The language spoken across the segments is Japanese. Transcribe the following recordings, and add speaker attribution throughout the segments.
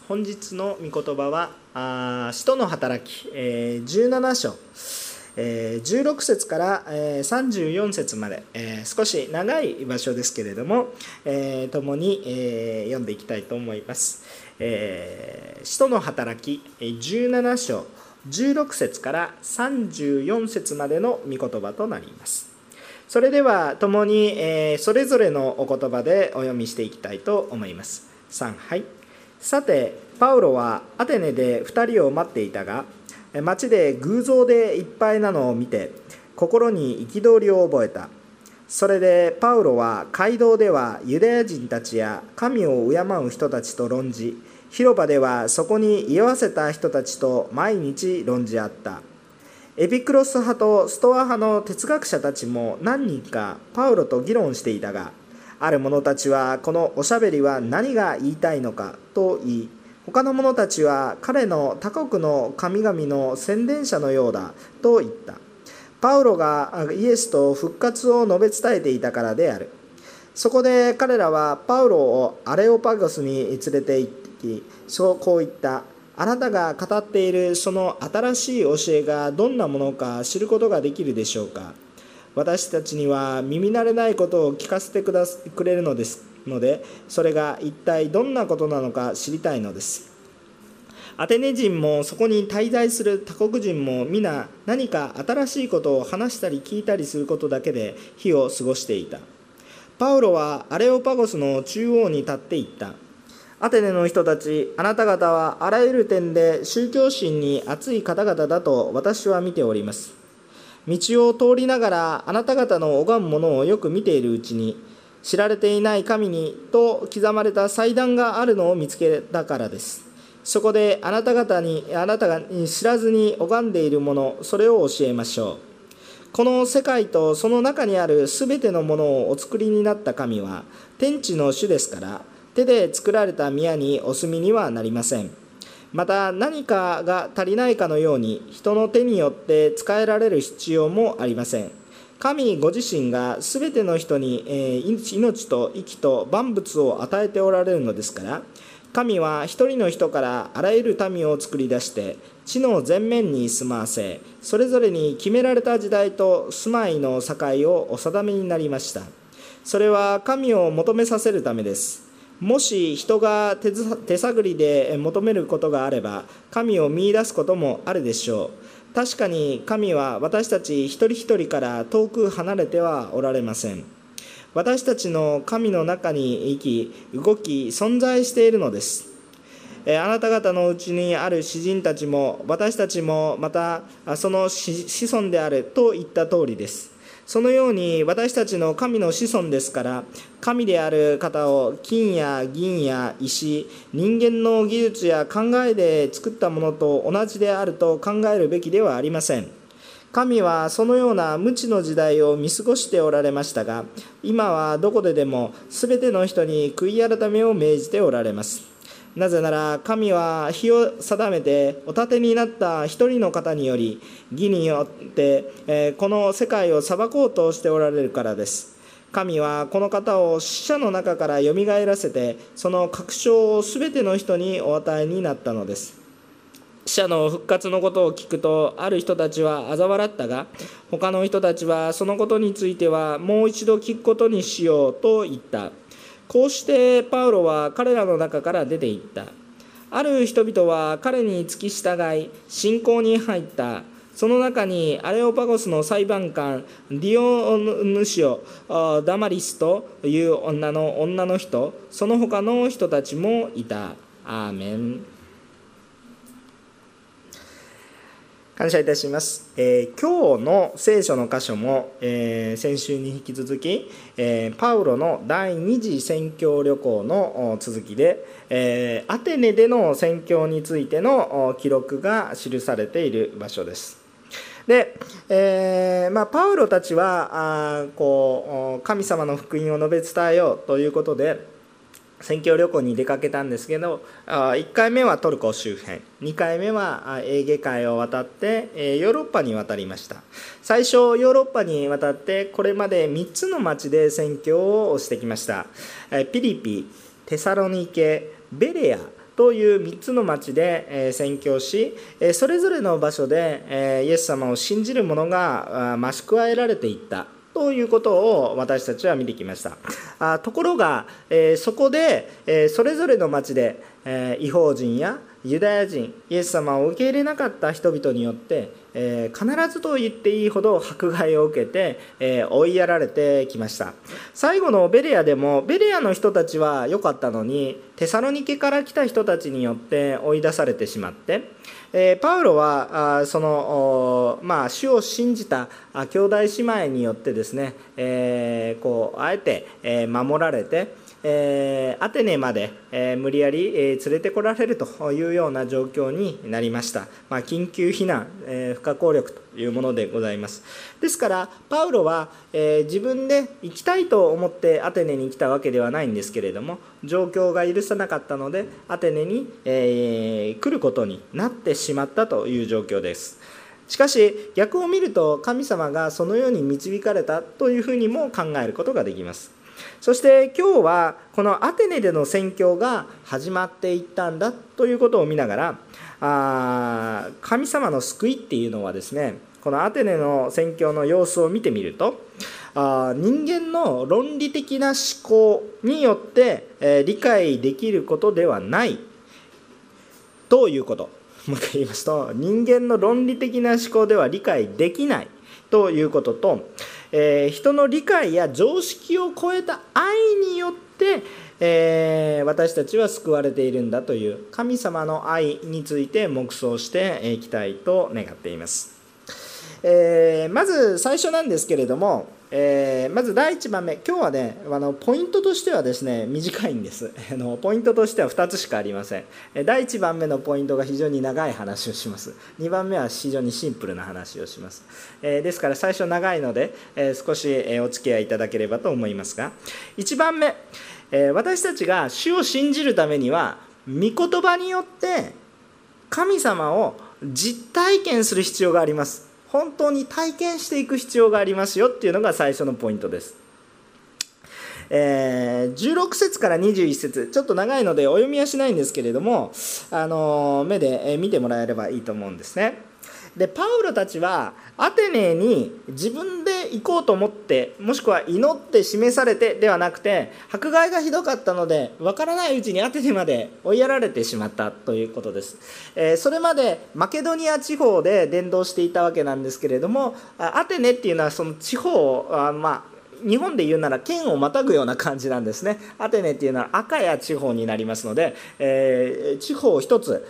Speaker 1: 本日の御言葉は使徒の働き17章16節から34節まで少し長い場所ですけれども共に読んでいきたいと思います。使徒の働き17章16節から34節までの御言葉となります。それでは共にそれぞれのお言葉でお読みしていきたいと思います。3、はい。さてパウロはアテネで2人を待っていたが、町で偶像でいっぱいなのを見て心に憤りを覚えた。それでパウロは街道ではユダヤ人たちや神を敬う人たちと論じ、広場ではそこに居合わせた人たちと毎日論じ合った。エピクロス派とストア派の哲学者たちも何人かパウロと議論していたが、ある者たちはこのおしゃべりは何が言いたいのかと言い、他の者たちは彼の他国の神々の宣伝者のようだと言った。パウロがイエスと復活を述べ伝えていたからである。そこで彼らはパウロをアレオパゴスに連れて行き、こう言った。あなたが語っているその新しい教えがどんなものか知ることができるでしょうか。私たちには耳慣れないことを聞かせてくれるので、それが一体どんなことなのか知りたいのです。アテネ人もそこに滞在する他国人も皆何か新しいことを話したり聞いたりすることだけで日を過ごしていた。パウロはアレオパゴスの中央に立って言った。アテネの人たち、あなた方はあらゆる点で宗教心に熱い方々だと私は見ております。道を通りながらあなた方の拝むものをよく見ているうちに、知られていない神にと刻まれた祭壇があるのを見つけたからです。そこであなたが知らずに拝んでいるもの、それを教えましょう。この世界とその中にあるすべてのものをお作りになった神は天地の主ですから、手で作られた宮にお住みにはなりません。また何かが足りないかのように人の手によって使えられる必要もありません。神ご自身がすべての人に命と息と万物を与えておられるのですから、神は一人の人からあらゆる民を作り出して地の前面に住まわせ、それぞれに決められた時代と住まいの境をお定めになりました。それは神を求めさせるためです。もし人が手探りで求めることがあれば、神を見出すこともあるでしょう。確かに神は私たち一人一人から遠く離れてはおられません。私たちの神の中に生き、動き、存在しているのです。あなた方のうちにある詩人たちも私たちもまたその子孫であると言った通りです。そのように私たちの神の子孫ですから、神である方を金や銀や石、人間の技術や考えで作ったものと同じであると考えるべきではありません。神はそのような無知の時代を見過ごしておられましたが、今はどこででもすべての人に悔い改めを命じておられます。なぜなら神は日を定めてお立てになった一人の方により義によってこの世界を裁こうとしておられるからです。神はこの方を死者の中からよみがえらせて、その確証をすべての人にお与えになったのです。死者の復活のことを聞くと、ある人たちは嘲笑ったが、他の人たちはそのことについてはもう一度聞くことにしようと言った。こうしてパウロは彼らの中から出て行った。ある人々は彼に付き従い信仰に入った。その中にアレオパゴスの裁判官ディオヌシオ・ダマリスという女の人、その他の人たちもいた。アーメン。感謝いたします。今日の聖書の箇所も、先週に引き続き、パウロの第二次宣教旅行の続きで、アテネでの宣教についての記録が記されている場所です。で、パウロたちは神様の福音を述べ伝えようということで宣教旅行に出かけたんですけど、1回目はトルコ周辺、2回目はエーゲ海を渡ってヨーロッパに渡りました。最初ヨーロッパに渡ってこれまで3つの町で宣教をしてきました。ピリピ、テサロニケ、ベレアという3つの町で宣教し、それぞれの場所でイエス様を信じる者が増し加えられていったということを私たちは見てきました。ところがそこでそれぞれの町で異邦人やユダヤ人、イエス様を受け入れなかった人々によって必ずと言っていいほど迫害を受けて追いやられてきました。最後のベレアでもベレアの人たちは良かったのにテサロニケから来た人たちによって追い出されてしまって、パウロはその主を信じた兄弟姉妹によってですね、あえて守られてアテネまで無理やり連れてこられるというような状況になりました。緊急避難不可抗力というものでございます。ですからパウロは自分で行きたいと思ってアテネに来たわけではないんですけれども、状況が許さなかったのでアテネに来ることになってしまったという状況です。しかし逆を見ると神様がそのように導かれたというふうにも考えることができます。そして今日はこのアテネでの宣教が始まっていったんだということを見ながら、神様の救いっていうのはですね、このアテネの宣教の様子を見てみると、人間の論理的な思考によって理解できることではないということ。もう一回言いますと、人間の論理的な思考では理解できないということと、人の理解や常識を超えた愛によって、私たちは救われているんだという神様の愛について黙想していきたいと願っています。まず最初なんですけれども、まず第1番目、今日はねポイントとしてはですね短いんです。ポイントとしては2つしかありません。第1番目のポイントが非常に長い話をします。2番目は非常にシンプルな話をします。ですから最初長いので少しお付き合いいただければと思いますが、1番目、私たちが主を信じるためには御言葉によって神様を実体験する必要があります。本当に体験していく必要がありますよっていうのが最初のポイントです。16節から21節、ちょっと長いのでお読みはしないんですけれども、目で見てもらえればいいと思うんですね。でパウロたちはアテネに自分で行こうと思って、もしくは祈って示されてではなくて、迫害がひどかったので分からないうちにアテネまで追いやられてしまったということです。それまでマケドニア地方で伝道していたわけなんですけれども、アテネっていうのはその地方を日本で言うなら県をまたぐような感じなんですね。アテネっていうのは赤や地方になりますので、地方を一つ、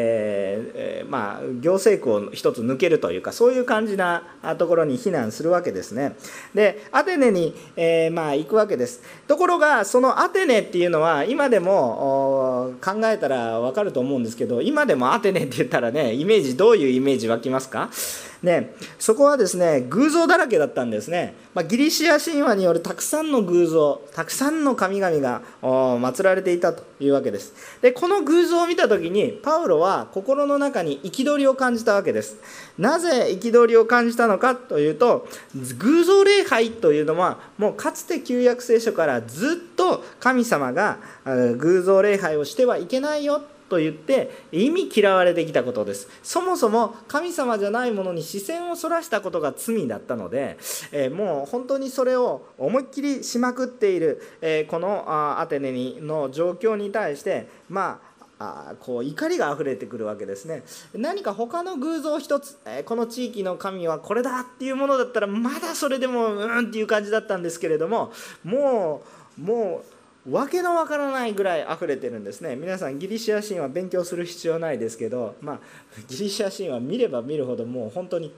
Speaker 1: 行政区を一つ抜けるというか、そういう感じなところに避難するわけですね。でアテネに、行くわけです。ところがそのアテネっていうのは今でも考えたら分かると思うんですけど、今でもアテネって言ったらね、イメージどういうイメージ湧きますかね。そこはですね偶像だらけだったんですね。ギリシア神話によるたくさんの偶像、たくさんの神々が祀られていたというわけです。でこの偶像を見た時にパウロは心の中に憤りを感じたわけです。なぜ憤りを感じたのかというと、偶像礼拝というのはもうかつて旧約聖書からずっと神様が偶像礼拝をしてはいけないよと言って意味嫌われてきたことです。そもそも神様じゃないものに視線をそらしたことが罪だったので、もう本当にそれを思いっきりしまくっている、このアテネの状況に対して怒りがあふれてくるわけですね。何か他の偶像一つ、この地域の神はこれだっていうものだったらまだそれでもっていう感じだったんですけれども、もうわけのわからないぐらい溢れてるんですね。皆さんギリシア神話勉強する必要ないですけど、ギリシア神話見れば見るほどもう本当に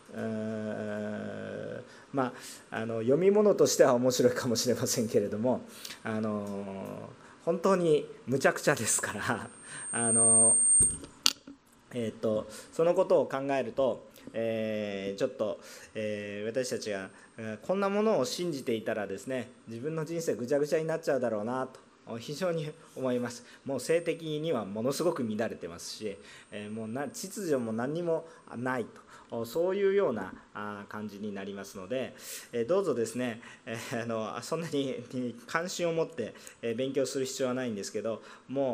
Speaker 1: 読み物としては面白いかもしれませんけれども、本当にむちゃくちゃですからそのことを考えると、ちょっと、私たちがこんなものを信じていたらですね、自分の人生ぐちゃぐちゃになっちゃうだろうなと非常に思います。もう性的にはものすごく乱れてますし、もう秩序も何にもないと、そういうような感じになりますので、どうぞですね、そんなに関心を持って勉強する必要はないんですけど、もう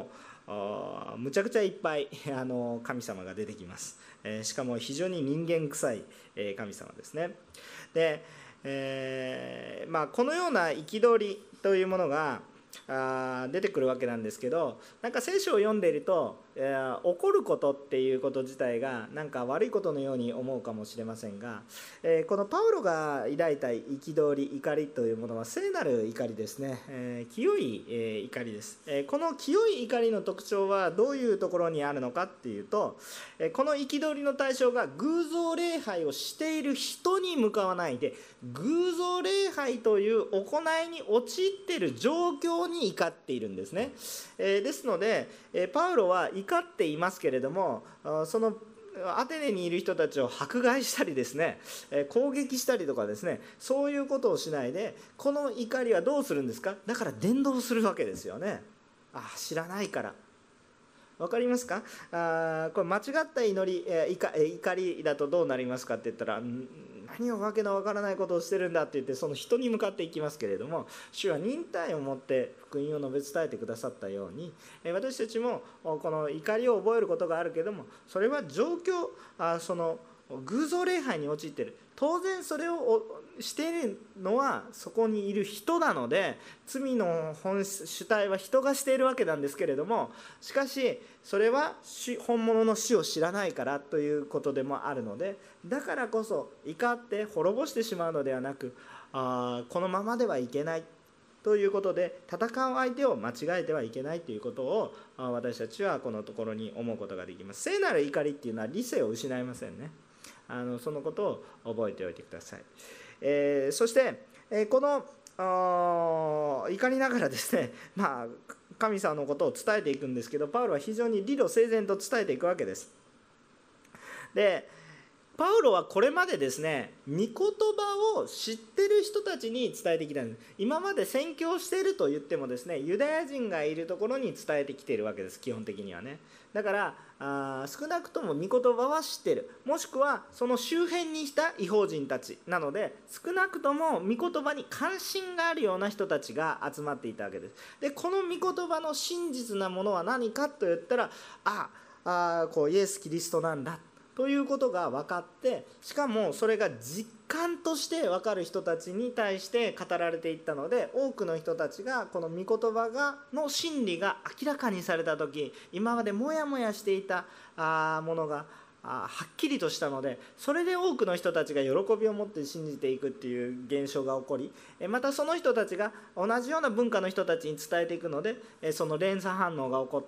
Speaker 1: むちゃくちゃいっぱい神様が出てきます。しかも非常に人間臭い神様ですね。で、このような憤りというものが出てくるわけなんですけど、なんか聖書を読んでいると、怒ることっていうこと自体がなんか悪いことのように思うかもしれませんが、このパウロが抱いた憤り、怒りというものは聖なる怒りですね、清い怒りです。この清い怒りの特徴はどういうところにあるのかっていうと、この憤りの対象が偶像礼拝をしている人に向かわないで、偶像礼拝という行いに陥っている状況に怒っているんですね。ですのでパウロは怒っていますけれども、そのアテネにいる人たちを迫害したりですね、攻撃したりとかですね、そういうことをしないで、この怒りはどうするんですか？だから伝道するわけですよね。知らないから。分かりますか？これ間違った怒りだとどうなりますかって言ったら、何をわけのわからないことをしてるんだって言って、その人に向かっていきますけれども、主は忍耐を持って福音を述べ伝えてくださったように、私たちもこの怒りを覚えることがあるけども、それは状況、その偶像礼拝に陥っている。当然それをしているのはそこにいる人なので、罪の主体は人がしているわけなんですけれども、しかしそれは本物の死を知らないからということでもあるので、だからこそ怒って滅ぼしてしまうのではなく、このままではいけないということで、戦う相手を間違えてはいけないということを私たちはこのところに思うことができます。聖なる怒りっていうのは理性を失いませんね。そのことを覚えておいてください。そして、この怒りながらですね、神様のことを伝えていくんですけど、パウロは非常に理路整然と伝えていくわけです。でパウロはこれまでですね、御言葉を知ってる人たちに伝えてきたんです。今まで宣教していると言ってもですね、ユダヤ人がいるところに伝えてきているわけです、基本的にはね。だから少なくとも御言葉は知っている、もしくはその周辺にした異邦人たちなので、少なくとも御言葉に関心があるような人たちが集まっていたわけです。でこの御言葉の真実なものは何かと言ったら、イエス・キリストなんだということが分かって、しかもそれが実感として分かる人たちに対して語られていったので、多くの人たちがこの御言葉の真理が明らかにされた時、今までモヤモヤしていたものがはっきりとしたので、それで多くの人たちが喜びを持って信じていくっていう現象が起こり、またその人たちが同じような文化の人たちに伝えていくので、その連鎖反応が起こって、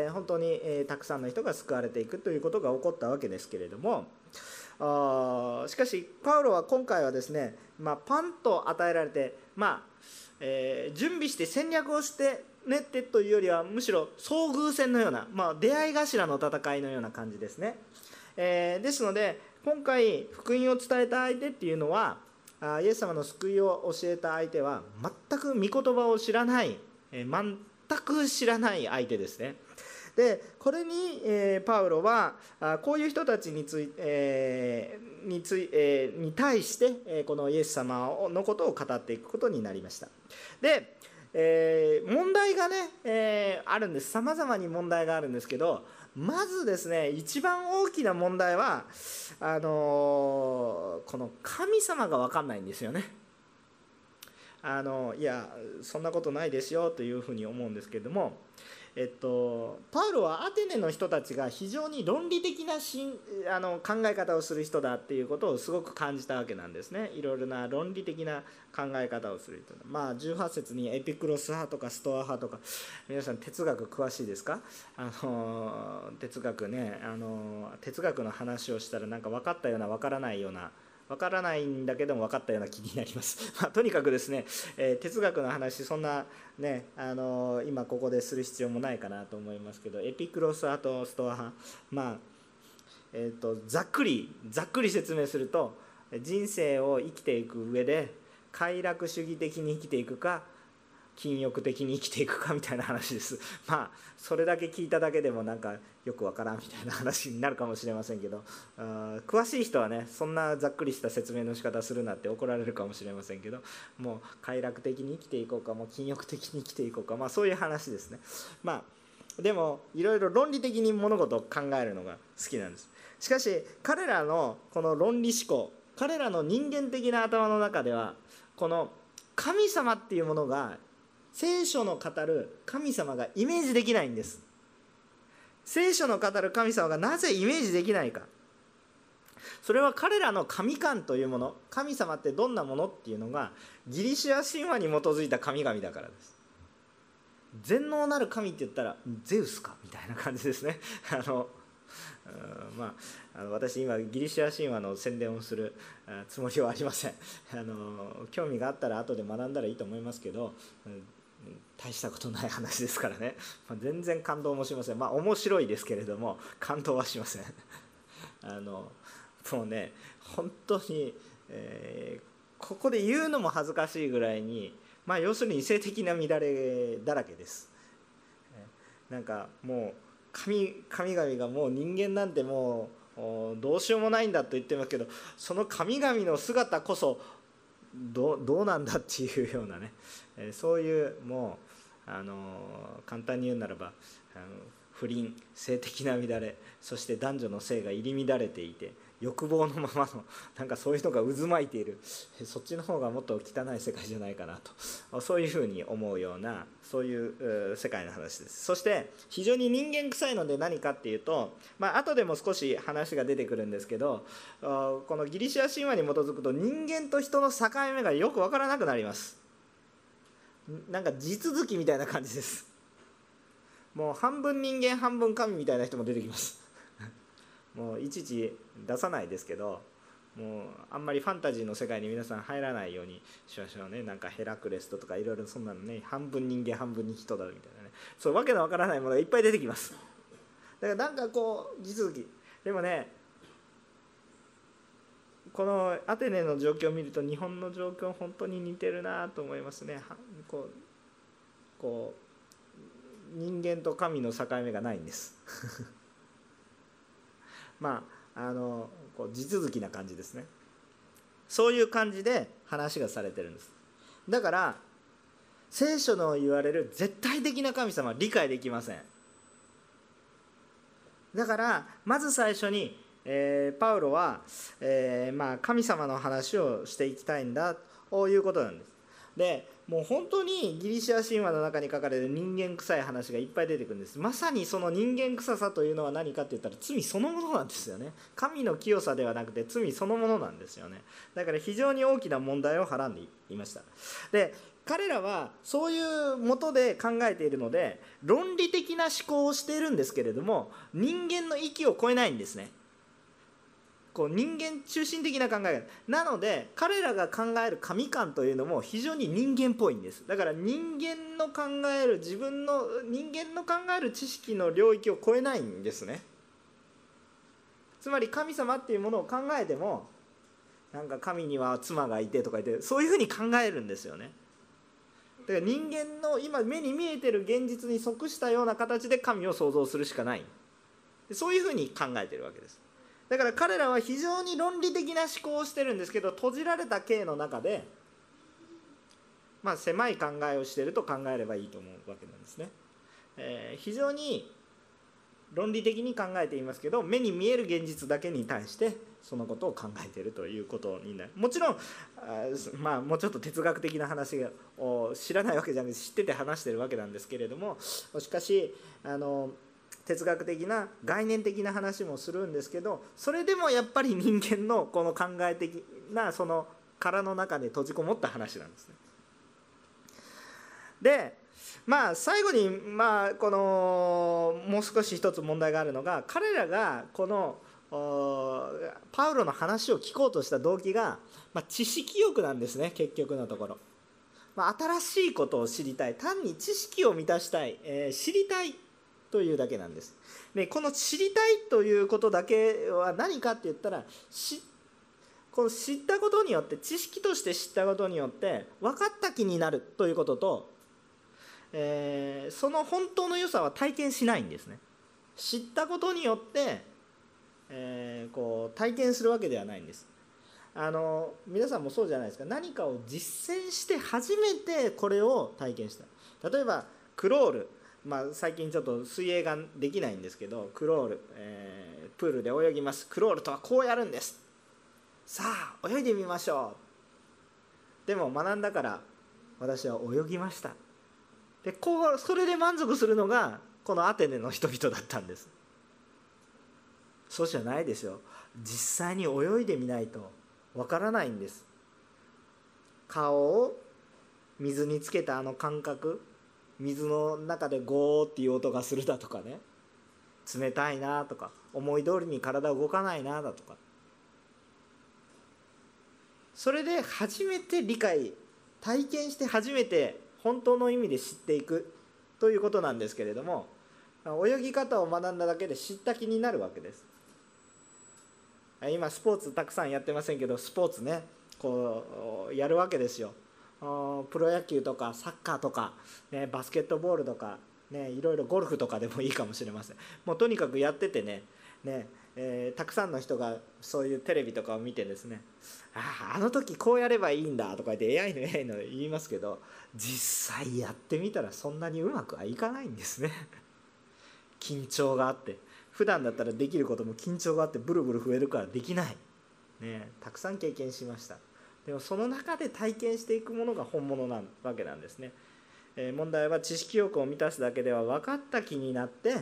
Speaker 1: 本当にたくさんの人が救われていくということが起こったわけですけれども、しかしパウロは今回はですね、パンと与えられて、準備して戦略をして練ってというよりは、むしろ遭遇戦のような、出会い頭の戦いのような感じですね。ですので今回福音を伝えた相手っていうのは、イエス様の救いを教えた相手は全く御言葉を知らない、全く知らない相手ですね。でこれに、パウロはこういう人たちに対して、このイエス様のことを語っていくことになりました。で問題がね、あるんです。様々に問題があるんですけど、まずですね、一番大きな問題はこの神様が分かんないんですよね。いやそんなことないですよというふうに思うんですけれども、パウロはアテネの人たちが非常に論理的な考え方をする人だっていうことをすごく感じたわけなんですね。いろいろな論理的な考え方をする人、18節にエピクロス派とかストア派とか、皆さん哲学詳しいですか？哲学ね、哲学の話をしたらなんか分かったような分からないような、分からないんだけども分かったような気になります。とにかくですね、哲学の話そんなね、今ここでする必要もないかなと思いますけど、エピクロス派とストア派、ざっくり説明すると、人生を生きていく上で快楽主義的に生きていくか禁欲的に生きていくかみたいな話です。それだけ聞いただけでもなんかよくわからんみたいな話になるかもしれませんけど、詳しい人はね、そんなざっくりした説明の仕方するなって怒られるかもしれませんけど、もう快楽的に生きていこうか、もう禁欲的に生きていこうか、そういう話ですね。 でもいろいろ論理的に物事を考えるのが好きなんです。しかし彼らのこの論理思考、彼らの人間的な頭の中では、この神様っていうものが、聖書の語る神様がイメージできないんです。聖書の語る神様がなぜイメージできないか、それは彼らの神観というもの、神様ってどんなものっていうのがギリシア神話に基づいた神々だからです。全能なる神って言ったらゼウスかみたいな感じですね。私今ギリシア神話の宣伝をするつもりはありません。興味があったら後で学んだらいいと思いますけど、大したことない話ですからね、全然感動もしません。面白いですけれども感動はしません。もうね、本当に、ここで言うのも恥ずかしいぐらいに、要するに異性的な乱れだらけです。なんかもう神々がもう人間なんてもうどうしようもないんだと言ってますけど、その神々の姿こそどうなんだっていうようなね、そういうもう簡単に言うならば不倫、性的な乱れ、そして男女の性が入り乱れていて欲望のままのなんかそういうのが渦巻いている、そっちの方がもっと汚い世界じゃないかなと、そういうふうに思うような、そういう世界の話です。そして非常に人間臭いので何かっていうと、後でも少し話が出てくるんですけど、このギリシア神話に基づくと人間と人の境目がよく分からなくなります。なんか地続きみたいな感じです。もう半分人間半分神みたいな人も出てきます。もういちいち出さないですけど、もうあんまりファンタジーの世界に皆さん入らないようにしましょうね。なんかヘラクレストとかいろいろそんなのね、半分人間半分人だみたいなね、そうわけのわからないものがいっぱい出てきます。だからなんかこう地続きでもね、このアテネの状況を見ると日本の状況本当に似てるなと思いますね。こう人間と神の境目がないんです。こう地続きな感じですね。そういう感じで話がされてるんです。だから聖書の言われる絶対的な神様は理解できません。だからまず最初に、パウロは、神様の話をしていきたいんだということなんです。でもう本当にギリシア神話の中に書かれる人間臭い話がいっぱい出てくるんです。まさにその人間臭さというのは何かって言ったら罪そのものなんですよね。神の清さではなくて罪そのものなんですよね。だから非常に大きな問題をはらんでいました。で彼らはそういうもとで考えているので論理的な思考をしているんですけれども、人間の域を超えないんですね。こう人間中心的な考えなので、彼らが考える神観というのも非常に人間っぽいんです。だから人間の考える人間の考える知識の領域を超えないんですね。つまり神様っていうものを考えても、なんか神には妻がいてとか言って、そういうふうに考えるんですよね。だから人間の今目に見えてる現実に即したような形で神を創造するしかない、そういうふうに考えてるわけです。だから彼らは非常に論理的な思考をしてるんですけど、閉じられた径の中で、狭い考えをしていると考えればいいと思うわけなんですね。非常に論理的に考えていますけど、目に見える現実だけに対してそのことを考えているということになる。もちろんもうちょっと哲学的な話を知らないわけじゃなくて知ってて話してるわけなんですけれども、しかし哲学的な概念的な話もするんですけど、それでもやっぱり人間のこの考え的なその殻の中で閉じこもった話なんですね。で最後にこのもう少し一つ問題があるのが、彼らがこのパウロの話を聞こうとした動機が、知識欲なんですね。結局のところ、新しいことを知りたい、単に知識を満たしたい、知りたいというだけなんです。でこの知りたいということだけは何かって言ったら、この知ったことによって、知識として知ったことによって分かった気になるということと、その本当の良さは体験しないんですね。知ったことによって、こう体験するわけではないんです。皆さんもそうじゃないですか。何かを実践して初めてこれを体験した。例えばクロール、 最近ちょっと水泳ができないんですけど、クロール、プールで泳ぎます。クロールとはこうやるんです、さあ泳いでみましょう。でも学んだから私は泳ぎました。でそれで満足するのがこのアテネの人々だったんです。そうじゃないですよ。実際に泳いでみないとわからないんです。顔を水につけた感覚、水の中でゴーっていう音がするだとかね、冷たいなとか、思い通りに体動かないなだとか、それで初めて体験して初めて本当の意味で知っていくということなんですけれども、泳ぎ方を学んだだけで知った気になるわけです。今スポーツたくさんやってませんけど、スポーツねこうやるわけですよ。プロ野球とかサッカーとか、ね、バスケットボールとか、ね、いろいろゴルフとかでもいいかもしれません。もうとにかくやっててね、たくさんの人がそういうテレビとかを見てですね、あの時こうやればいいんだとか言って AI の言いますけど、実際やってみたらそんなにうまくはいかないんですね。緊張があって、普段だったらできることも緊張があってブルブル増えるからできない、たくさん経験しました。でもその中で体験していくものが本物なわけなんですね。問題は知識欲を満たすだけでは分かった気になって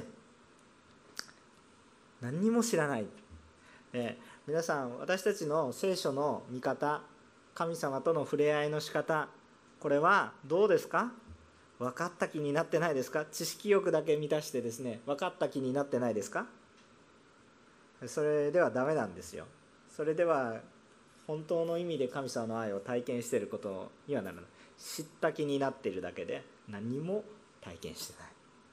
Speaker 1: 何にも知らない。皆さん、私たちの聖書の見方、神様との触れ合いの仕方、これはどうですか？分かった気になってないですか？知識欲だけ満たしてですね、分かった気になってないですか？それではダメなんですよ。それでは本当の意味で神様の愛を体験していることにはならない。知った気になっているだけで何も体験してない。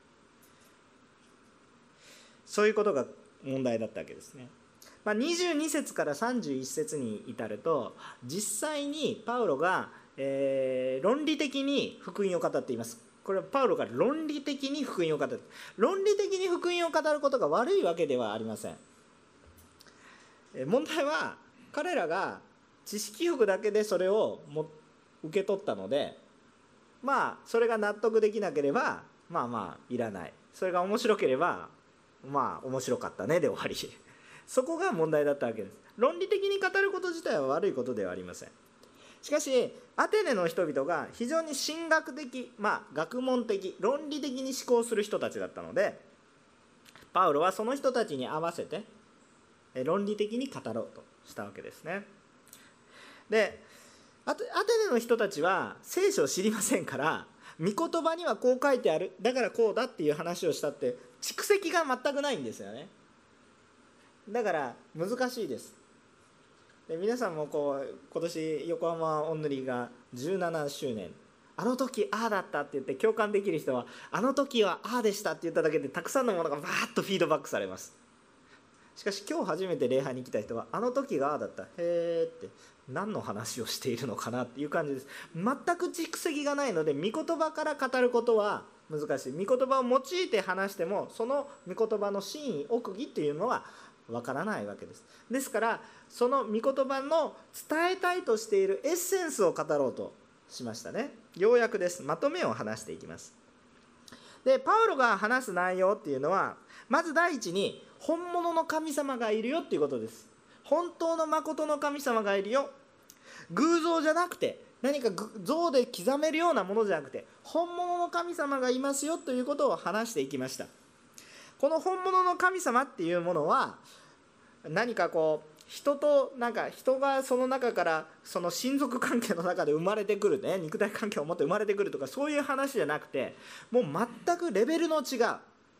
Speaker 1: そういうことが問題だったわけですね。22節から31節に至ると、実際にパウロが、論理的に福音を語っています。これはパウロが論理的に福音を語る。論理的に福音を語ることが悪いわけではありません。問題は彼らが知識欲だけでそれを受け取ったので、それが納得できなければいらない。それが面白ければ面白かったねで終わり。そこが問題だったわけです。論理的に語ること自体は悪いことではありません。しかしアテネの人々が非常に神学的、学問的、論理的に思考する人たちだったので、パウロはその人たちに合わせて論理的に語ろうとしたわけですね。で、アテネの人たちは聖書を知りませんから、御言葉にはこう書いてある、だからこうだっていう話をしたって蓄積が全くないんですよね。だから難しいです。で、皆さんも今年横浜オンヌリが17周年、あの時ああだったって言って共感できる人は、あの時はああでしたって言っただけでたくさんのものがバーッとフィードバックされます。しかし今日初めて礼拝に来た人は、あの時がああだった、へーって何の話をしているのかなっていう感じです。全く蓄積がないので、御言葉から語ることは難しい。御言葉を用いて話しても、その御言葉の真意、奥義っていうのはわからないわけです。ですからその御言葉の伝えたいとしているエッセンスを語ろうとしましたね。要約です。まとめを話していきます。で、パウロが話す内容っていうのは、まず第一に本物の神様がいるよっていうことです。本当の誠の神様がいるよ。偶像じゃなくて、何か像で刻めるようなものじゃなくて、本物の神様がいますよということを話していきました。この本物の神様っていうものは、何か人がその中からその親族関係の中で生まれてくるね、肉体関係を持って生まれてくるとか、そういう話じゃなくて、もう全くレベルの違う、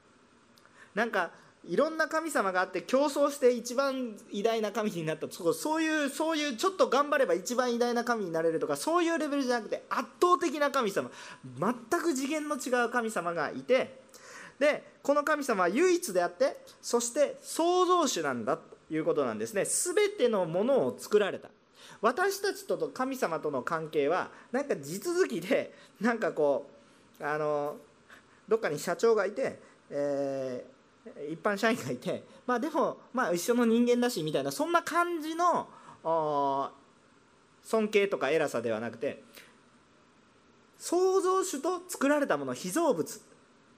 Speaker 1: いろんな神様があって競争して一番偉大な神になった、そういうちょっと頑張れば一番偉大な神になれるとか、そういうレベルじゃなくて、圧倒的な神様、全く次元の違う神様がいて、でこの神様は唯一であって、そして創造主なんだということなんですね。全てのものを作られた。私たちと神様との関係は地続きで、どっかに社長がいて、一般社員がいて、でも一緒の人間だしみたいな、そんな感じの尊敬とか偉さではなくて、創造主と作られたもの、被造物、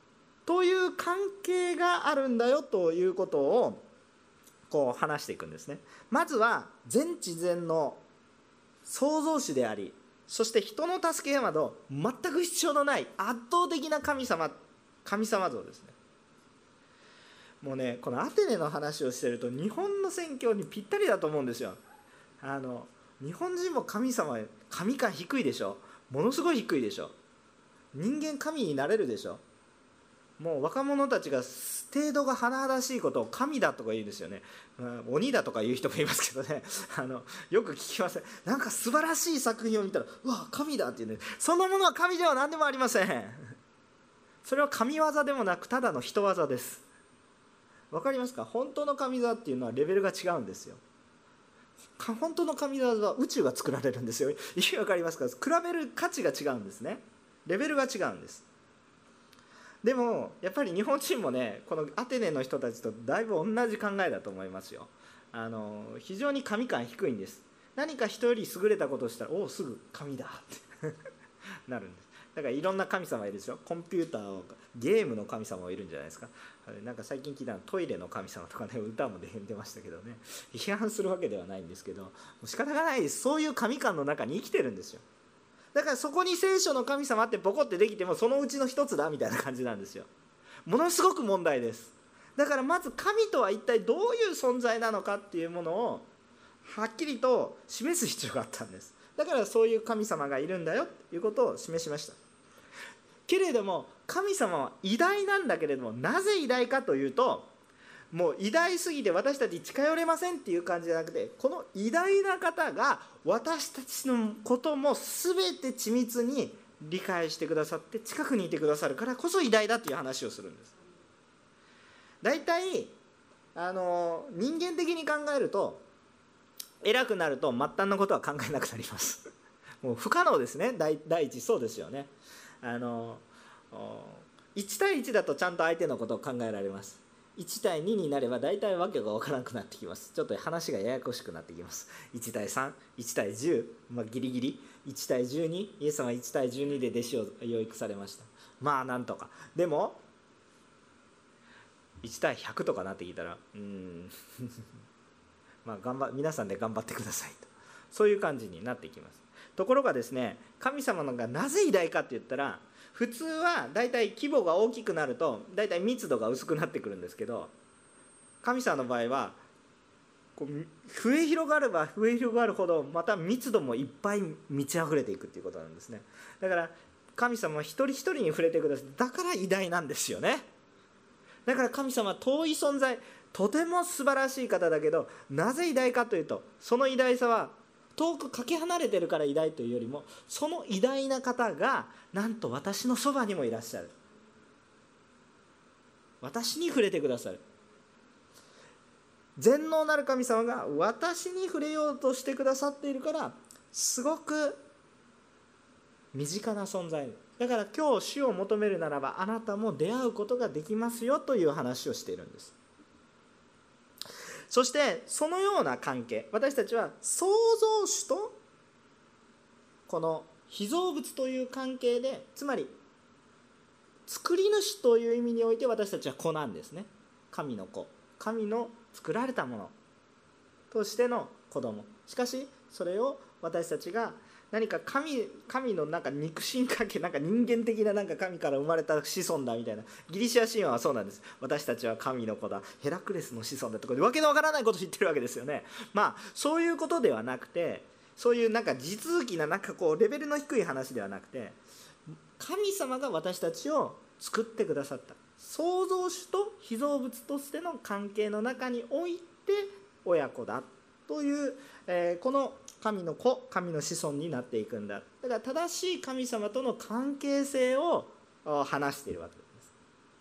Speaker 1: という関係があるんだよということをこう話していくんですね。まずは全知全能創造主であり、そして人の助けなど全く必要のない圧倒的な神様像ですね。もうね、このアテネの話をしてると日本の宣教にぴったりだと思うんですよ。日本人も神感低いでしょ。ものすごい低いでしょ。人間神になれるでしょ。もう若者たちが程度が甚だしいことを神だとか言うんですよね。鬼だとか言う人もいますけどね、よく聞きません。なんか素晴らしい作品を見たらうわ神だっていうね。そのものは神では何でもありません。それは神業でもなくただの人業です。わかりますか？本当の神業っていうのはレベルが違うんですよ。本当の神業は宇宙が作られるんですよ。わかりますか？比べる価値が違うんですね。レベルが違うんです。でもやっぱり日本人もね、このアテネの人たちとだいぶ同じ考えだと思いますよ。非常に神感低いんです。何か人より優れたことをしたらおおすぐ神だってなるんです。だからいろんな神様いるでしょ。コンピューターをゲームの神様もいるんじゃないですか。なんか最近聞いたのトイレの神様とかね、歌も出ましたけどね、批判するわけではないんですけど、もう仕方がないです。そういう神感の中に生きてるんですよ。だからそこに聖書の神様ってボコってできてもそのうちの一つだみたいな感じなんですよ。ものすごく問題です。だからまず神とは一体どういう存在なのかっていうものをはっきりと示す必要があったんです。だからそういう神様がいるんだよということを示しました。けれども神様は偉大なんだけれども、なぜ偉大かというと、もう偉大すぎて私たち近寄れませんっていう感じじゃなくて、この偉大な方が私たちのことも全て緻密に理解してくださって近くにいてくださるからこそ偉大だという話をするんです。だいたい人間的に考えると、偉くなると末端のことは考えなくなりますもう不可能ですね。第一そうですよね。1対1だとちゃんと相手のことを考えられます。1対2になれば大体わけが分からなくなってきます。ちょっと話がややこしくなってきます。1対3、1対10、ギリギリ1対12、イエス様は1対12で弟子を養育されました。まあなんとか。でも1対100とかなってきたらまあ皆さんで頑張ってくださいと、そういう感じになってきます。ところがですね、神様のがなぜ偉大かって言ったら、普通はだいたい規模が大きくなるとだいたい密度が薄くなってくるんですけど、神様の場合はこう増え広がれば増え広がるほどまた密度もいっぱい満ち溢れていくっていうことなんですね。だから神様は一人一人に触れてください。だから偉大なんですよね。だから神様は遠い存在、とても素晴らしい方だけど、なぜ偉大かというと、その偉大さは遠くかけ離れてるから偉大というよりも、その偉大な方がなんと私のそばにもいらっしゃる。私に触れてくださる。全能なる神様が私に触れようとしてくださっているから、すごく身近な存在だから、今日主を求めるならばあなたも出会うことができますよという話をしているんです。そしてそのような関係、私たちは創造主とこの被造物という関係で、つまり作り主という意味において私たちは子なんですね。神の子、神の作られたものとしての子供。しかしそれを私たちが何か神のなんか肉親関係、なんか人間的ななんか神から生まれた子孫だみたいな、ギリシア神話はそうなんです。私たちは神の子だ、ヘラクレスの子孫だとかわけのわからないことを言ってるわけですよね。まあそういうことではなくて、そういうなんか地続きななんかこうレベルの低い話ではなくて、神様が私たちを作ってくださった創造主と被造物としての関係の中において親子だという、この神の子、神の子孫になっていくんだ。だから正しい神様との関係性を話しているわけです。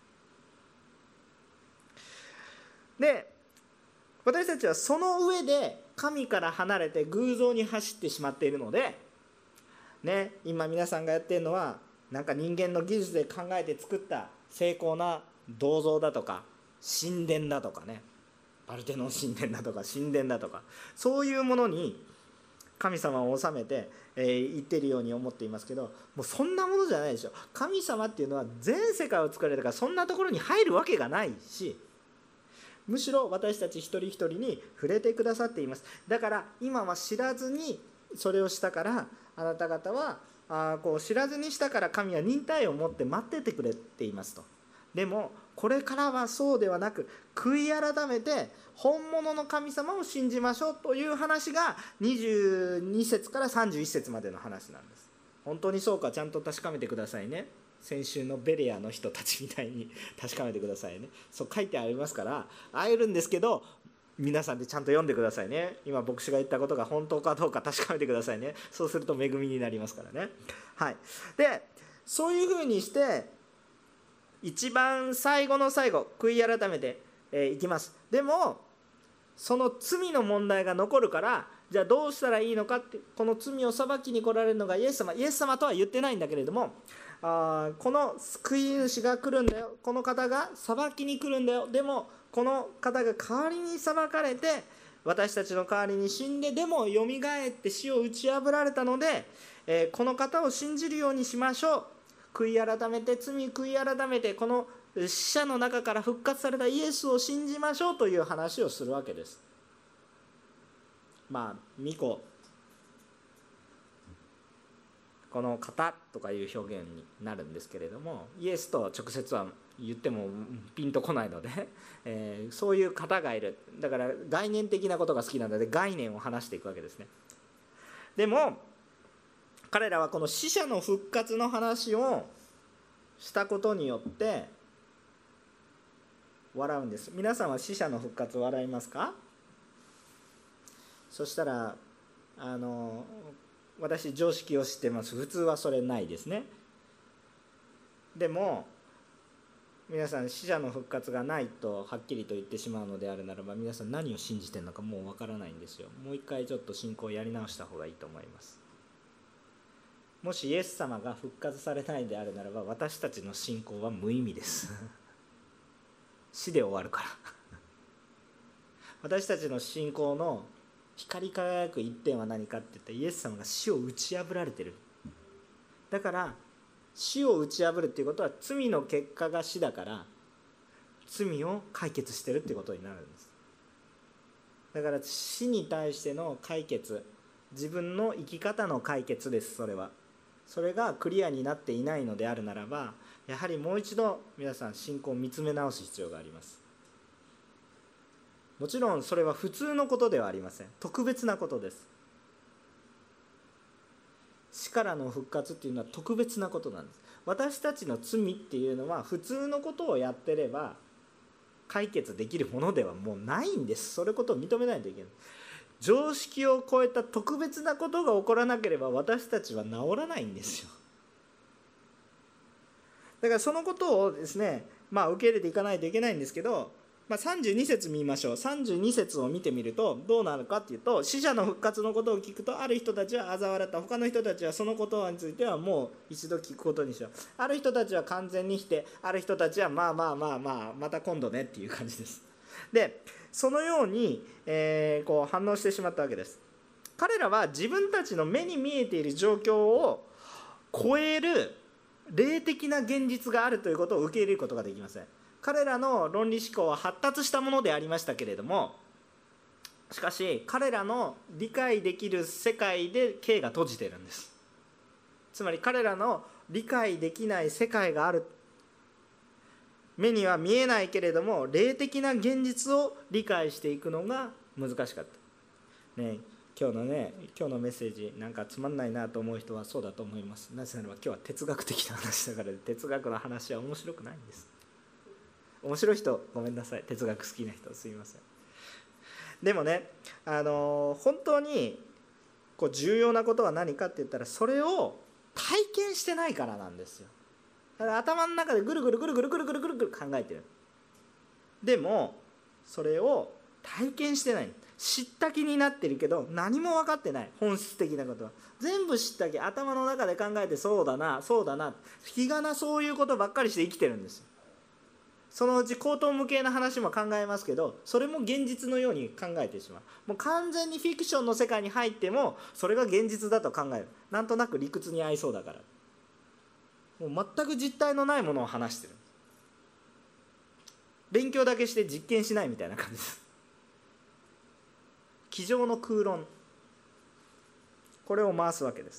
Speaker 1: で、私たちはその上で神から離れて偶像に走ってしまっているので、ね、今皆さんがやっているのはなんか人間の技術で考えて作った精巧な銅像だとか神殿だとかね、パルテノン神殿だとか神殿だとか、そういうものに神様を治めて、言っているように思っていますけど、もうそんなものじゃないでしょ。神様っていうのは全世界を作られたから、そんなところに入るわけがないし、むしろ私たち一人一人に触れてくださっています。だから今は知らずにそれをしたから、あなた方はこう知らずにしたから、神は忍耐を持って待っててくれていますと。でもこれからはそうではなく、悔い改めて本物の神様を信じましょうという話が22節から31節までの話なんです。本当にそうかちゃんと確かめてくださいね。先週のベレアの人たちみたいに確かめてくださいね。そう書いてありますから会えるんですけど、皆さんでちゃんと読んでくださいね。今牧師が言ったことが本当かどうか確かめてくださいね。そうすると恵みになりますからね。はい。でそういうふうにして一番最後の最後、悔い改めていきます。でもその罪の問題が残るから、じゃあどうしたらいいのかって、この罪を裁きに来られるのがイエス様。イエス様とは言ってないんだけれども、この救い主が来るんだよ、この方が裁きに来るんだよ。でもこの方が代わりに裁かれて、私たちの代わりに死んで、でもよみがえって死を打ち破られたので、この方を信じるようにしましょう。悔い改めて、罪悔い改めて、この死者の中から復活されたイエスを信じましょうという話をするわけです。巫女、この方とかいう表現になるんですけれども、イエスと直接は言ってもピンとこないので、そういう方がいる。だから概念的なことが好きなので概念を話していくわけですね。でも彼らはこの死者の復活の話をしたことによって笑うんです。皆さんは死者の復活笑いますか？そしたら私常識を知ってます。普通はそれないですね。でも皆さん死者の復活がないとはっきりと言ってしまうのであるならば、皆さん何を信じてるのかもうわからないんですよ。もう一回ちょっと信仰をやり直した方がいいと思います。もしイエス様が復活されないであるならば、私たちの信仰は無意味です死で終わるから私たちの信仰の光り輝く一点は何かって言ったら、イエス様が死を打ち破られてる。だから死を打ち破るっていうことは、罪の結果が死だから罪を解決してるっていうことになるんです。だから死に対しての解決、自分の生き方の解決です。それがクリアになっていないのであるならば、やはりもう一度皆さん信仰を見つめ直す必要があります。もちろんそれは普通のことではありません。特別なことです。死からの復活っていうのは特別なことなんです。私たちの罪っていうのは普通のことをやってれば解決できるものではもうないんです。それことを認めないといけない。常識を超えた特別なことが起こらなければ私たちは治らないんですよ。だからそのことをですね、受け入れていかないといけないんですけど、32節見ましょう。32節を見てみるとどうなるかっていうと、死者の復活のことを聞くと、ある人たちは嘲笑った、他の人たちはそのことについてはもう一度聞くことにしよう。ある人たちは完全に否定、ある人たちはまた今度ねっていう感じです。でそのように、こう反応してしまったわけです。彼らは自分たちの目に見えている状況を超える霊的な現実があるということを受け入れることができません。彼らの論理思考は発達したものでありましたけれども、しかし彼らの理解できる世界で啓が閉じているんです。つまり彼らの理解できない世界がある。目には見えないけれども霊的な現実を理解していくのが難しかった、今日のメッセージなんかつまんないなと思う人はそうだと思います。なぜならば今日は哲学的な話だから、哲学の話は面白くないんです。面白い人ごめんなさい、哲学好きな人すいません。でもね、本当にこう重要なことは何かって言ったら、それを体験してないからなんですよ。だから頭の中でぐるぐる考えてる。でもそれを体験してない。知った気になってるけど何も分かってない。本質的なことは全部知った気、頭の中で考えてそうだな気がな、そういうことばっかりして生きてるんですよ。 そのうち口頭無形な話も考えますけど、それも現実のように考えてしまう。もう完全にフィクションの世界に入ってもそれが現実だと考える。なんとなく理屈に合いそうだから、もう全く実体のないものを話してる。勉強だけして実験しないみたいな感じです。机上の空論、これを回すわけです。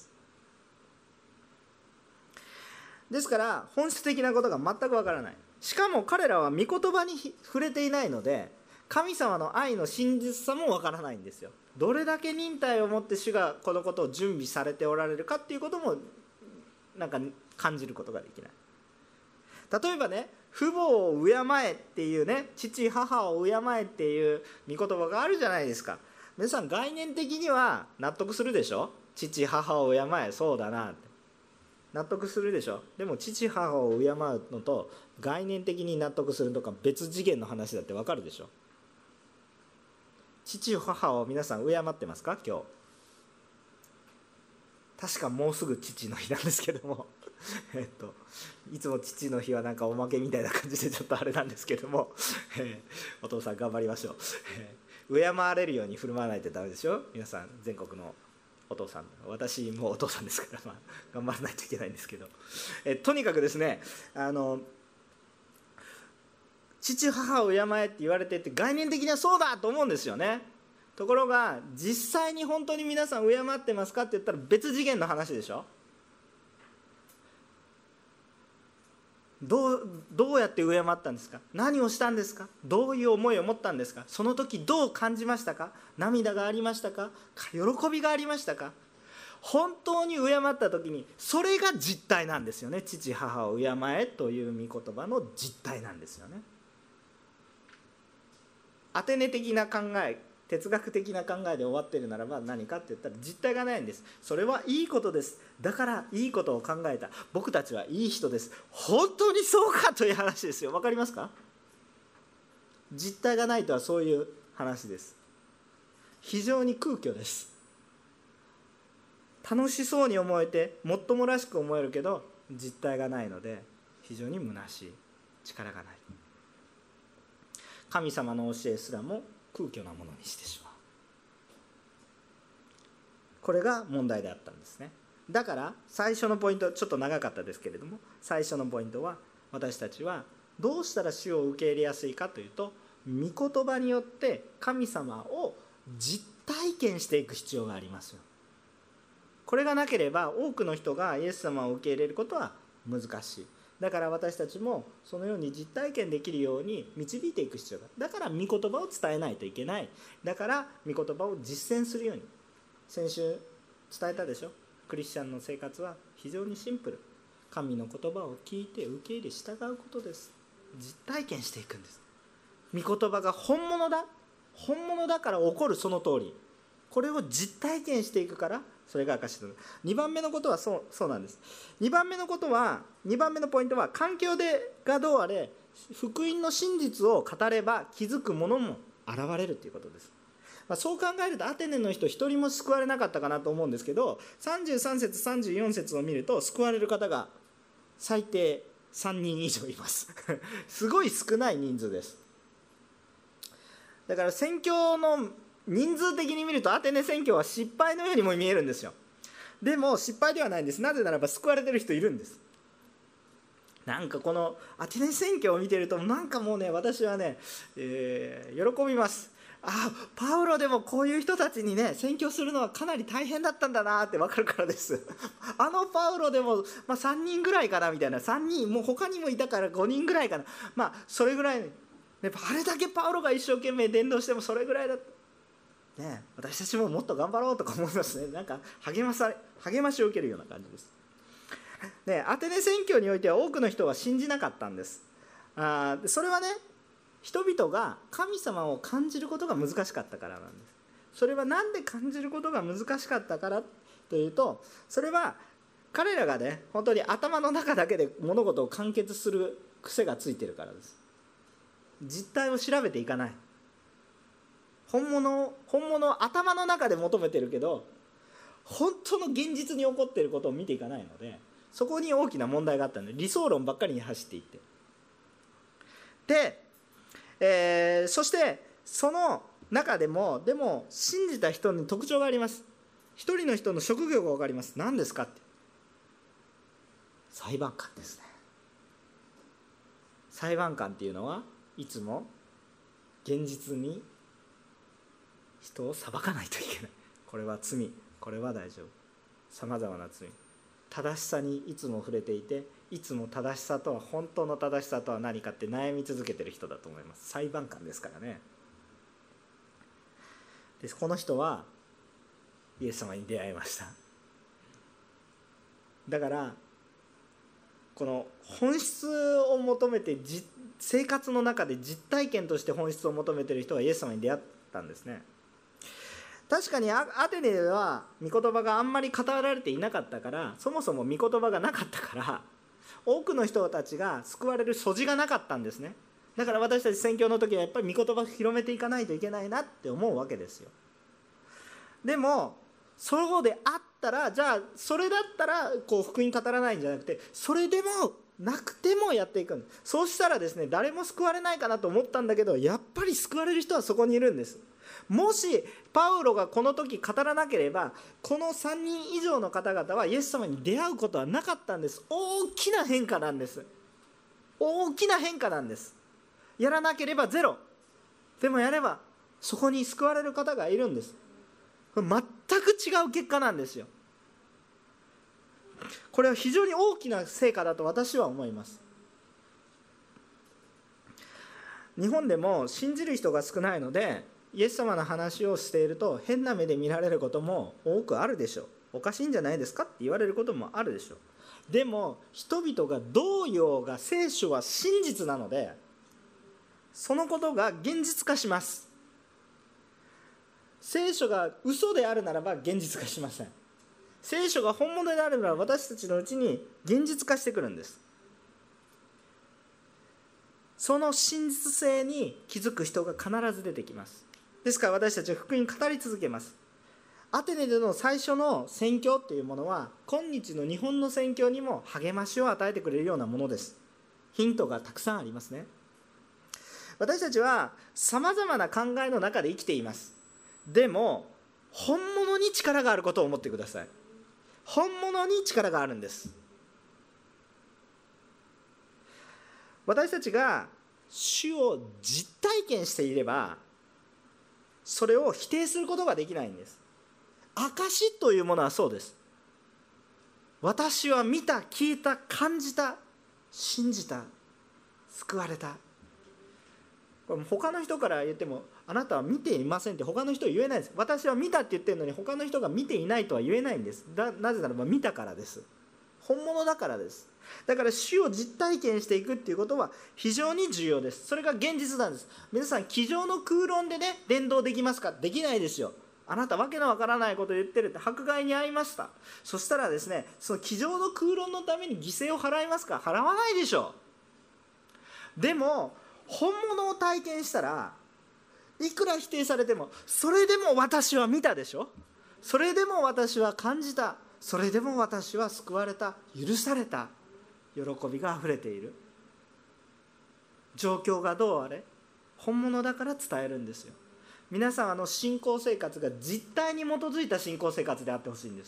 Speaker 1: ですから本質的なことが全くわからない。しかも彼らは御言葉に触れていないので、神様の愛の真実さもわからないんですよ。どれだけ忍耐を持って主がこのことを準備されておられるかっていうこともなんか感じることができない。例えばね、父母を敬えっていうね、父母を敬えっていう御言葉があるじゃないですか。皆さん概念的には納得するでしょ。父母を敬え、そうだなって納得するでしょ。でも父母を敬うのと概念的に納得するとか別次元の話だって分かるでしょ。父母を皆さん敬ってますか？今日確かもうすぐ父の日なんですけどもいつも父の日はなんかおまけみたいな感じでちょっとあれなんですけどもお父さん頑張りましょう敬われるように振る舞わないとダメでしょ。皆さん全国のお父さん、私もお父さんですから、頑張らないといけないんですけど、とにかくですね、父母を敬えって言われてって概念的にはそうだと思うんですよね。ところが実際に本当に皆さん敬ってますかって言ったら別次元の話でしょ。どうやって敬ったんですか？何をしたんですか？どういう思いを持ったんですか？その時どう感じましたか？涙がありましたか？喜びがありましたか？本当に敬った時にそれが実体なんですよね。父母を敬えという御言葉の実体なんですよね。アテネ的な考え、哲学的な考えで終わっているならば何かって言ったら実体がないんです。それはいいことです。だからいいことを考えた僕たちはいい人です。本当にそうかという話ですよ。わかりますか？実体がないとはそういう話です。非常に空虚です。楽しそうに思えてもっともらしく思えるけど実体がないので非常に虚しい、力がない。神様の教えすらも空虚なものにしてしまう。これが問題であったんですね。だから最初のポイント、ちょっと長かったですけれども、最初のポイントは私たちはどうしたら主を受け入れやすいかというと、御言葉によって神様を実体験していく必要がありますよ。これがなければ多くの人がイエス様を受け入れることは難しい。だから私たちもそのように実体験できるように導いていく必要がある。だから御言葉を伝えないといけない。だから御言葉を実践するように。先週伝えたでしょ。クリスチャンの生活は非常にシンプル。神の言葉を聞いて受け入れ従うことです。実体験していくんです。御言葉が本物だから起こるその通り、これを実体験していくからそれが証だ。2番目のことはそうなんです。2番目のポイントは、環境がどうあれ福音の真実を語れば気づくものも現れるということです。そう考えるとアテネの人一人も救われなかったかなと思うんですけど、33節34節を見ると救われる方が最低3人以上いますすごい少ない人数です。だから宣教の人数的に見るとアテネ宣教は失敗のようにも見えるんですよ。でも失敗ではないんです。なぜならば救われてる人いるんです。なんかこのアテネ宣教を見てるとなんかもうね、私はね、喜びます。パウロでもこういう人たちにね宣教するのはかなり大変だったんだなって分かるからですパウロでも、3人ぐらいかなみたいな、3人もう他にもいたから5人ぐらいかな、それぐらい、あれだけパウロが一生懸命伝道してもそれぐらいだったね。私たちももっと頑張ろうとか思いますね。なんか励ましを受けるような感じです。アテネ宣教においては多くの人は信じなかったんです。それはね、人々が神様を感じることが難しかったからなんです。それは何で感じることが難しかったからというと、それは彼らがね本当に頭の中だけで物事を完結する癖がついてるからです。実態を調べていかない。本物を頭の中で求めてるけど本当の現実に起こっていることを見ていかないので、そこに大きな問題があったので理想論ばっかりに走っていって、 で、そしてその中でも信じた人に特徴があります。一人の人の職業が分かります。何ですかって、裁判官ですね。裁判官っていうのはいつも現実に人を裁かないといけない。これは罪、これは大丈夫、さまざまな罪、正しさにいつも触れていて、いつも正しさとは、本当の正しさとは何かって悩み続けてる人だと思います。裁判官ですからね。でこの人はイエス様に出会いました。だからこの本質を求めて、生活の中で実体験として本質を求めている人がイエス様に出会ったんですね。確かにアテネでは御言葉があんまり語られていなかったから、そもそも御言葉がなかったから、多くの人たちが救われる素地がなかったんですね。だから私たち宣教の時はやっぱり御言葉を広めていかないといけないなって思うわけですよ。でもそうであったら、じゃあそれだったらこう福音語らないんじゃなくて、それでもなくてもやっていくんです。そうしたらですね、誰も救われないかなと思ったんだけど、やっぱり救われる人はそこにいるんです。もしパウロがこの時語らなければ、この3人以上の方々はイエス様に出会うことはなかったんです。大きな変化なんです。大きな変化なんです。やらなければゼロ、でもやればそこに救われる方がいるんです。全く違う結果なんですよ。これは非常に大きな成果だと私は思います。日本でも信じる人が少ないので、イエス様の話をしていると変な目で見られることも多くあるでしょう。おかしいんじゃないですかって言われることもあるでしょう。でも人々がどう言おうが、聖書は真実なので、そのことが現実化します。聖書が嘘であるならば現実化しません。聖書が本物であるなら私たちのうちに現実化してくるんです。その真実性に気づく人が必ず出てきます。ですから私たちは福音語り続けます。アテネでの最初の宣教というものは、今日の日本の宣教にも励ましを与えてくれるようなものです。ヒントがたくさんありますね。私たちはさまざまな考えの中で生きています。でも本物に力があることを思ってください。本物に力があるんです。私たちが主を実体験していれば、それを否定することができないんです。証というものはそうです。私は見た、聞いた、感じた、信じた、救われた。これ他の人から言っても、あなたは見ていませんって他の人は言えないです。私は見たって言ってるのに他の人が見ていないとは言えないんです。なぜならば見たからです。本物だからです。だから主を実体験していくっていうことは非常に重要です。それが現実なんです。皆さん、机上の空論でね、伝道できますか？できないですよ。あなたわけのわからないことを言ってるって迫害に遭いました。そしたらですね、その机上の空論のために犠牲を払いますか？払わないでしょう。でも本物を体験したら、いくら否定されても、それでも私は見たでしょ。それでも私は感じた。それでも私は救われた、許された、喜びがあふれている。状況がどうあれ、本物だから伝えるんですよ。皆さん、信仰生活が実体に基づいた信仰生活であってほしいんです。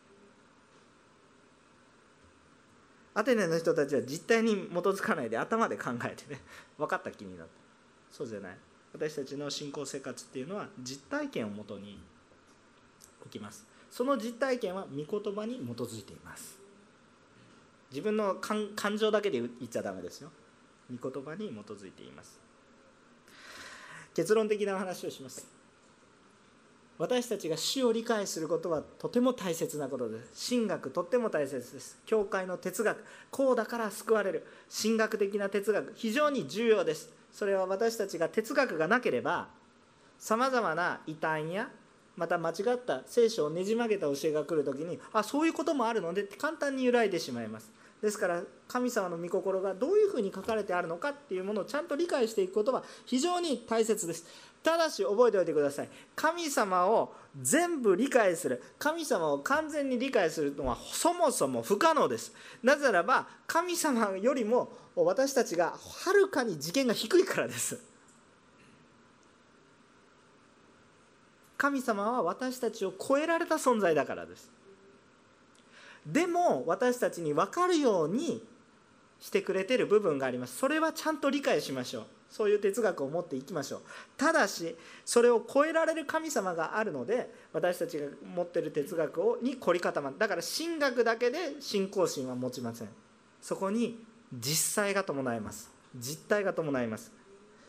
Speaker 1: アテネの人たちは実体に基づかないで頭で考えてね、分かった気になった。そうじゃない。私たちの信仰生活っていうのは実体験をもとに起きます。その実体験は御言葉に基づいています。自分の感情だけで言っちゃダメですよ。御言葉に基づいています。結論的な話をします。私たちが主を理解することはとても大切なことです。神学とっても大切です。教会の哲学、こうだから救われる、神学的な哲学、非常に重要です。それは私たちが哲学がなければ、さまざまな異端やまた間違った聖書をねじ曲げた教えが来るときに、そういうこともあるのでって簡単に揺らいでしまいます。 ですから神様の御心がどういうふうに書かれてあるのかっていうものをちゃんと理解していくことは非常に大切です。ただし覚えておいてください。神様を全部理解する、神様を完全に理解するのはそもそも不可能です。なぜならば神様よりも私たちがはるかに次元が低いからです。神様は私たちを超えられた存在だからです。でも私たちに分かるようにしてくれている部分があります。それはちゃんと理解しましょう。そういう哲学を持っていきましょう。ただしそれを超えられる神様があるので、私たちが持っている哲学に凝り固まる。だから神学だけで信仰心は持ちません。そこに実際が伴います。実体が伴います。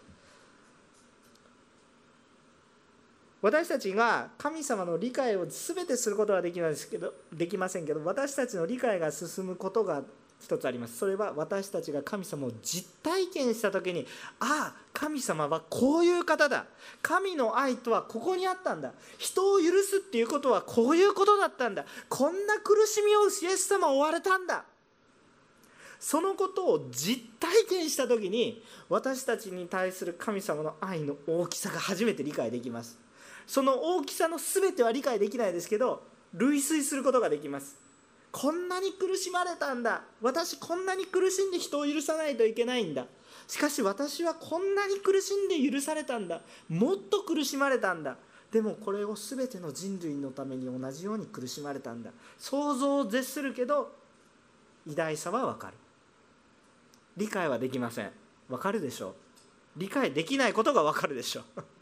Speaker 1: 私たちが神様の理解を全てすることはできませんけど、私たちの理解が進むことが一つあります。それは私たちが神様を実体験した時に、ああ神様はこういう方だ、神の愛とはここにあったんだ、人を許すっていうことはこういうことだったんだ、こんな苦しみをイエス様は負われたんだ、そのことを実体験した時に私たちに対する神様の愛の大きさが初めて理解できます。その大きさの全ては理解できないですけど、類推することができます。こんなに苦しまれたんだ、私こんなに苦しんで人を許さないといけないんだ、しかし私はこんなに苦しんで許されたんだ、もっと苦しまれたんだ、でもこれを全ての人類のために同じように苦しまれたんだ。想像を絶するけど偉大さは分かる。理解はできません。分かるでしょう。理解できないことが分かるでしょう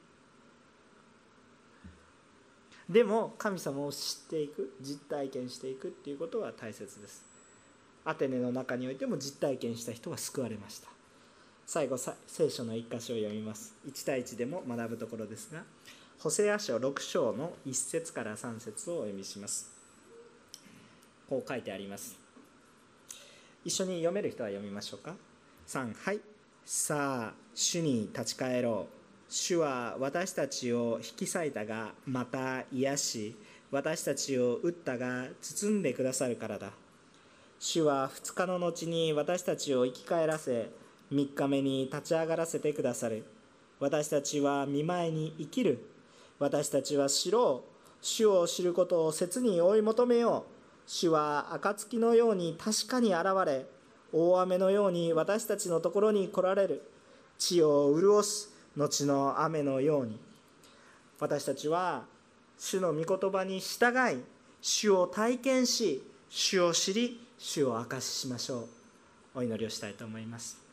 Speaker 1: でも神様を知っていく、実体験していくっていうことは大切です。アテネの中においても実体験した人は救われました。最後聖書の一箇所を読みます。1対1でも学ぶところですが、ホセア書6章の1節から3節をお読みします。こう書いてあります。一緒に読める人は読みましょうか。3、はい。さあ主に立ち返ろう。主は私たちを引き裂いたがまた癒し、私たちを打ったが包んでくださるからだ。主は2日の後に私たちを生き返らせ、3日目に立ち上がらせてくださる。私たちは御前に生きる。私たちは知ろう。主を知ることを切に追い求めよう。主は暁のように確かに現れ、大雨のように私たちのところに来られる。地を潤す後の雨のように。私たちは主の御言葉に従い、主を体験し、主を知り、主を証ししましょう。お祈りをしたいと思います。